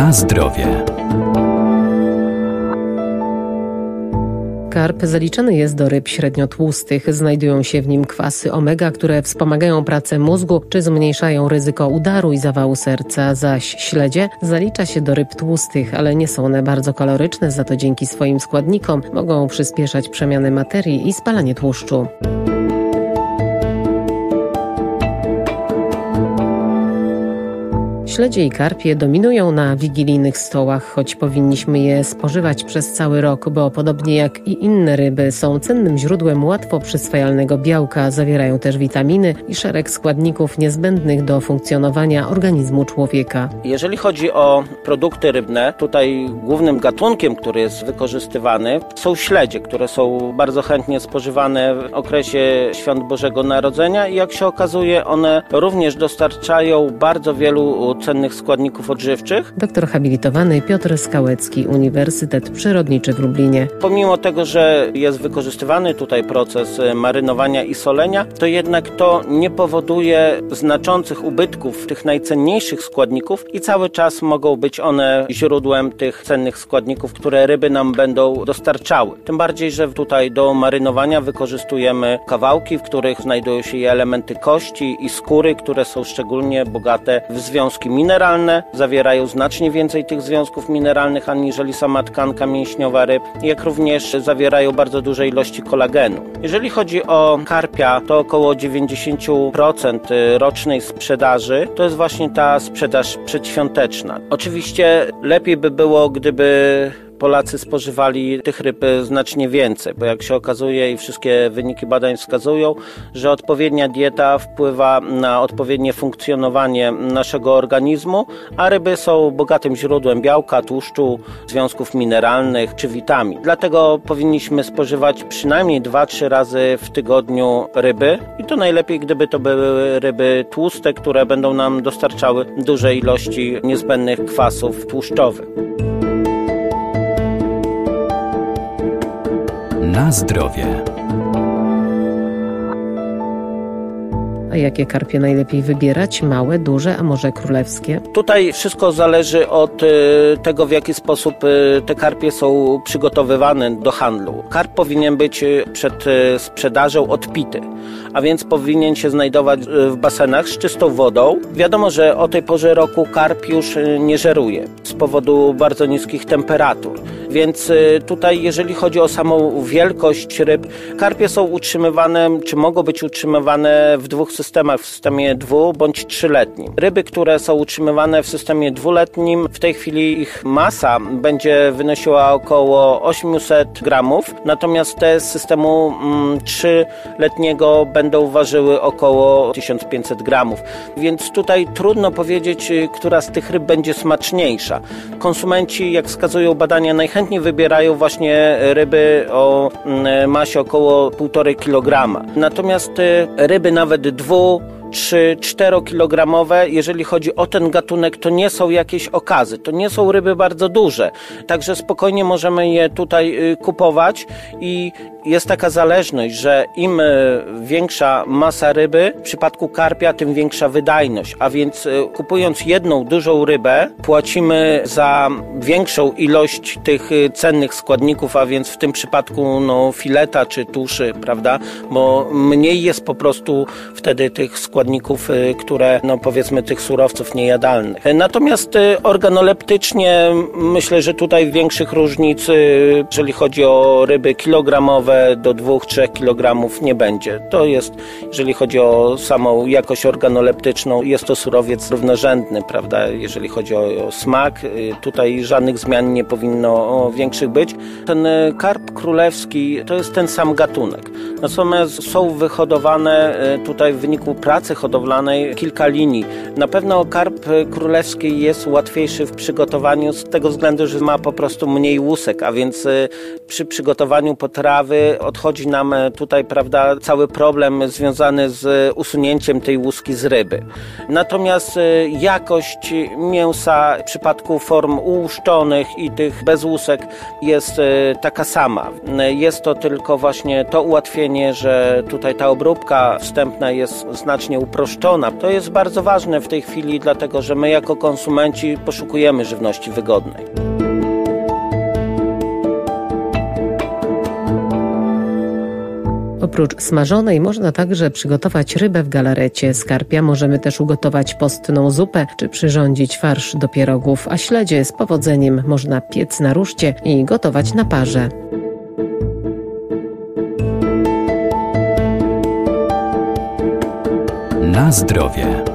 Na zdrowie. Karp zaliczany jest do ryb średnio tłustych. Znajdują się w nim kwasy omega, które wspomagają pracę mózgu czy zmniejszają ryzyko udaru i zawału serca, zaś śledzie zalicza się do ryb tłustych, ale nie są one bardzo kaloryczne, za to dzięki swoim składnikom mogą przyspieszać przemianę materii i spalanie tłuszczu. Śledzie i karpie dominują na wigilijnych stołach, choć powinniśmy je spożywać przez cały rok, bo podobnie jak i inne ryby są cennym źródłem łatwo przyswajalnego białka, zawierają też witaminy i szereg składników niezbędnych do funkcjonowania organizmu człowieka. Jeżeli chodzi o produkty rybne, tutaj głównym gatunkiem, który jest wykorzystywany, są śledzie, które są bardzo chętnie spożywane w okresie Świąt Bożego Narodzenia i jak się okazuje, one również dostarczają bardzo wielu cennych składników odżywczych. Doktor habilitowany Piotr Skałecki, Uniwersytet Przyrodniczy w Lublinie. Pomimo tego, że jest wykorzystywany tutaj proces marynowania i solenia, to jednak to nie powoduje znaczących ubytków tych najcenniejszych składników i cały czas mogą być one źródłem tych cennych składników, które ryby nam będą dostarczały. Tym bardziej, że tutaj do marynowania wykorzystujemy kawałki, w których znajdują się elementy kości i skóry, które są szczególnie bogate w związki mineralne, zawierają znacznie więcej tych związków mineralnych aniżeli sama tkanka mięśniowa ryb, jak również zawierają bardzo duże ilości kolagenu. Jeżeli chodzi o karpia, to około 90% rocznej sprzedaży to jest właśnie ta sprzedaż przedświąteczna. Oczywiście lepiej by było, gdyby Polacy spożywali tych ryb znacznie więcej, bo jak się okazuje i wszystkie wyniki badań wskazują, że odpowiednia dieta wpływa na odpowiednie funkcjonowanie naszego organizmu, a ryby są bogatym źródłem białka, tłuszczu, związków mineralnych czy witamin. Dlatego powinniśmy spożywać przynajmniej 2-3 razy w tygodniu ryby i to najlepiej, gdyby to były ryby tłuste, które będą nam dostarczały duże ilości niezbędnych kwasów tłuszczowych. Na zdrowie. A jakie karpie najlepiej wybierać? Małe, duże, a może królewskie? Tutaj wszystko zależy od tego, w jaki sposób te karpie są przygotowywane do handlu. Karp powinien być przed sprzedażą odpity, a więc powinien się znajdować w basenach z czystą wodą. Wiadomo, że o tej porze roku karp już nie żeruje z powodu bardzo niskich temperatur. Więc tutaj, jeżeli chodzi o samą wielkość ryb, karpie są utrzymywane, czy mogą być utrzymywane w dwóch systemach, w systemie 2- bądź 3-letnim. Ryby, które są utrzymywane w systemie 2-letnim, w tej chwili ich masa będzie wynosiła około 800 gramów, natomiast te z systemu 3-letniego będą ważyły około 1500 gramów. Więc tutaj trudno powiedzieć, która z tych ryb będzie smaczniejsza. Konsumenci, jak wskazują badania, najchętniej wybierają właśnie ryby o masie około 1,5 kg. Natomiast ryby nawet 3-4 kilogramowe, jeżeli chodzi o ten gatunek, to nie są jakieś okazy, to nie są ryby bardzo duże, także spokojnie możemy je tutaj kupować i jest taka zależność, że im większa masa ryby, w przypadku karpia, tym większa wydajność, a więc kupując jedną dużą rybę, płacimy za większą ilość tych cennych składników, a więc w tym przypadku fileta czy tuszy, prawda, bo mniej jest po prostu wtedy tych składników, które, powiedzmy, tych surowców niejadalnych. Natomiast organoleptycznie myślę, że tutaj większych różnic, jeżeli chodzi o ryby kilogramowe, do 2-3 kg nie będzie. To jest, jeżeli chodzi o samą jakość organoleptyczną, jest to surowiec równorzędny, prawda, jeżeli chodzi o smak. Tutaj żadnych zmian nie powinno większych być. Ten karp królewski to jest ten sam gatunek. Natomiast są wyhodowane tutaj w wyniku pracy hodowlanej kilka linii. Na pewno karp królewski jest łatwiejszy w przygotowaniu z tego względu, że ma po prostu mniej łusek, a więc przy przygotowaniu potrawy odchodzi nam tutaj, prawda, cały problem związany z usunięciem tej łuski z ryby. Natomiast jakość mięsa w przypadku form ułuszczonych i tych bez łusek jest taka sama. Jest to tylko właśnie to ułatwienie, że tutaj ta obróbka wstępna jest znacznie uproszczona. To jest bardzo ważne w tej chwili, dlatego że my jako konsumenci poszukujemy żywności wygodnej. Oprócz smażonej można także przygotować rybę w galarecie. Z karpia możemy też ugotować postną zupę czy przyrządzić farsz do pierogów, a śledzie z powodzeniem można piec na ruszcie i gotować na parze. Na zdrowie.